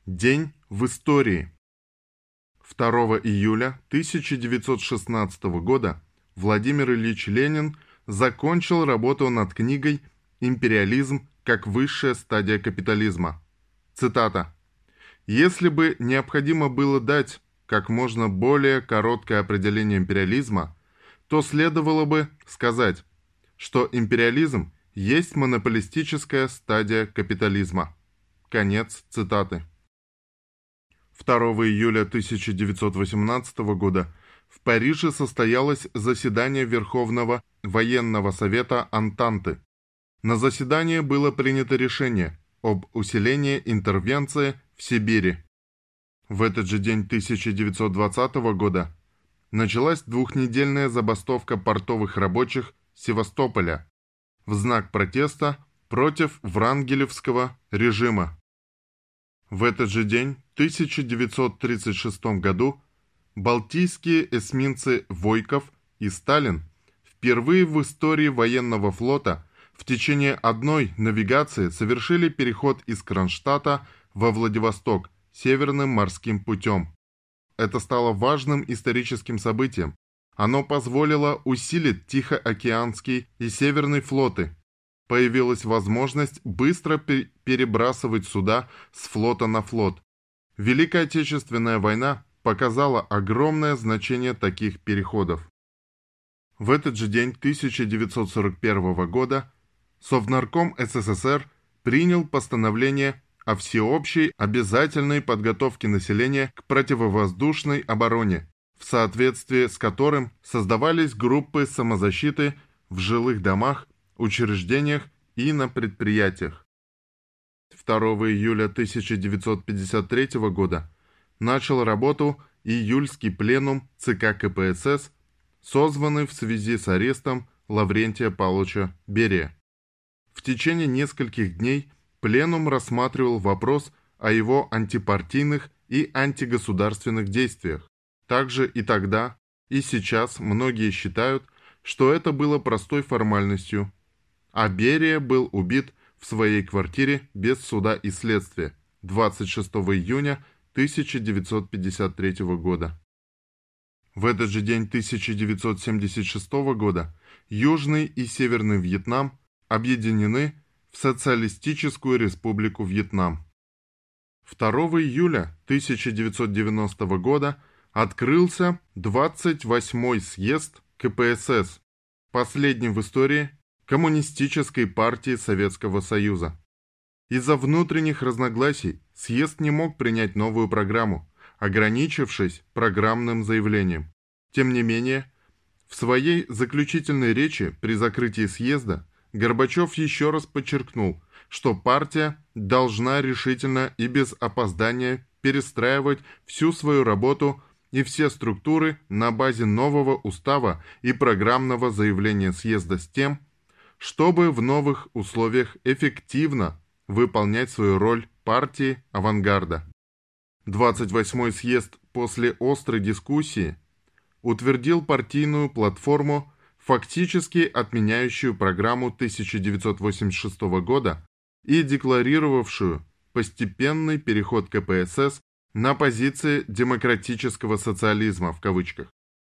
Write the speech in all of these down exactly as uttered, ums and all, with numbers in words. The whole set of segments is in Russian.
День в истории. второго июля тысяча девятьсот шестнадцатого года Владимир Ильич Ленин закончил работу над книгой «Империализм как высшая стадия капитализма». Цитата. «Если бы необходимо было дать как можно более короткое определение империализма, то следовало бы сказать, что империализм есть монополистическая стадия капитализма». Конец цитаты. второго июля тысяча девятьсот восемнадцатого года в Париже состоялось заседание Верховного военного совета Антанты. На заседании было принято решение об усилении интервенции в Сибири. В этот же день тысяча девятьсот двадцатого года началась двухнедельная забастовка портовых рабочих Севастополя в знак протеста против врангелевского режима. В этот же день, в тысяча девятьсот тридцать шестом году, балтийские эсминцы «Войков» и «Сталин» впервые в истории военного флота в течение одной навигации совершили переход из Кронштадта во Владивосток Северным морским путем. Это стало важным историческим событием. Оно позволило усилить Тихоокеанский и Северный флоты. Появилась возможность быстро перебрасывать суда с флота на флот. Великая Отечественная война показала огромное значение таких переходов. В этот же день тысяча девятьсот сорок первого года Совнарком СССР принял постановление о всеобщей обязательной подготовке населения к противовоздушной обороне, в соответствии с которым создавались группы самозащиты в жилых домах, учреждениях и на предприятиях. второго июля тысяча девятьсот пятьдесят третьего года начал работу июльский пленум ЦК КПСС, созванный в связи с арестом Лаврентия Павловича Берия. В течение нескольких дней пленум рассматривал вопрос о его антипартийных и антигосударственных действиях. Также и тогда, и сейчас многие считают, что это было простой формальностью, а Берия был убит в своей квартире без суда и следствия двадцать шестого июня тысяча девятьсот пятьдесят третьего года. В этот же день тысяча девятьсот семьдесят шестого года Южный и Северный Вьетнам объединены в Социалистическую Республику Вьетнам. второго июля тысяча девятьсот девяностого года открылся двадцать восьмой съезд КПСС, последний в истории Коммунистической партии Советского Союза. Из-за внутренних разногласий съезд не мог принять новую программу, ограничившись программным заявлением. Тем не менее, в своей заключительной речи при закрытии съезда Горбачев еще раз подчеркнул, что партия должна решительно и без опоздания перестраивать всю свою работу и все структуры на базе нового устава и программного заявления съезда с тем, чтобы в новых условиях эффективно выполнять свою роль партии авангарда. двадцать восьмой съезд после острой дискуссии утвердил партийную платформу, фактически отменяющую программу тысяча девятьсот восемьдесят шестого года и декларировавшую постепенный переход КПСС на позиции «демократического социализма» в кавычках.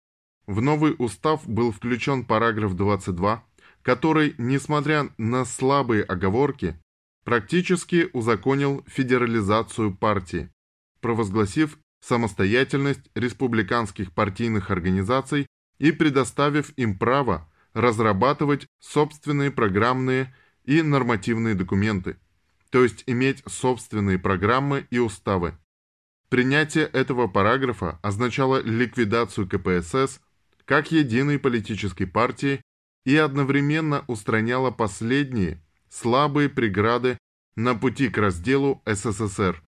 В новый устав был включен параграф двадцать два, который, несмотря на слабые оговорки, практически узаконил федерализацию партии, провозгласив самостоятельность республиканских партийных организаций и предоставив им право разрабатывать собственные программные и нормативные документы, то есть иметь собственные программы и уставы. Принятие этого параграфа означало ликвидацию КПСС как единой политической партии и одновременно устраняло последние слабые преграды на пути к разделу СССР.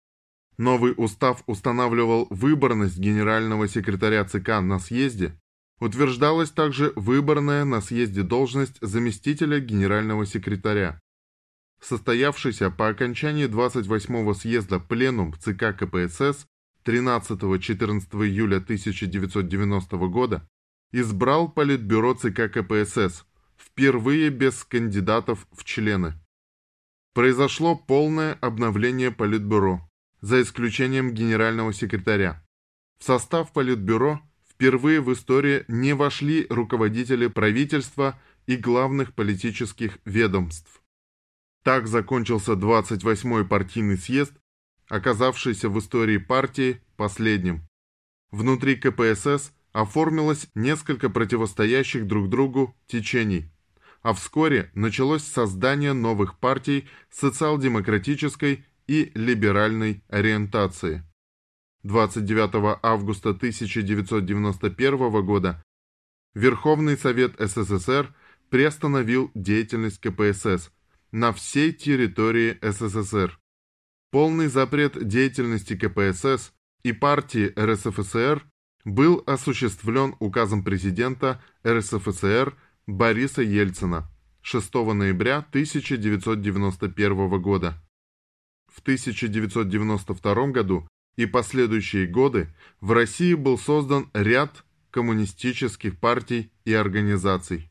Новый устав устанавливал выборность генерального секретаря ЦК на съезде, утверждалась также выборная на съезде должность заместителя генерального секретаря. Состоявшийся по окончании двадцать восьмого съезда пленум ЦК КПСС тринадцатого-четырнадцатого июля тысяча девятьсот девяностого года избрал Политбюро ЦК КПСС, впервые без кандидатов в члены. Произошло полное обновление Политбюро. за исключением генерального секретаря. В состав Политбюро впервые в истории не вошли руководители правительства и главных политических ведомств. Так закончился двадцать восьмой партийный съезд, оказавшийся в истории партии последним. Внутри ка пэ эс эс оформилось несколько противостоящих друг другу течений, а вскоре началось создание новых партий социал-демократической и либеральной ориентации. двадцать девятого августа тысяча девятьсот девяносто первого года Верховный Совет эс эс эс эр приостановил деятельность ка пэ эс эс на всей территории эс эс эс эр. Полный запрет деятельности ка пэ эс эс и партии эр эс эф эс эр был осуществлен указом президента эр эс эф эс эр Бориса Ельцина шестого ноября тысяча девятьсот девяносто первого года. В тысяча девятьсот девяносто втором году и последующие годы в России был создан ряд коммунистических партий и организаций.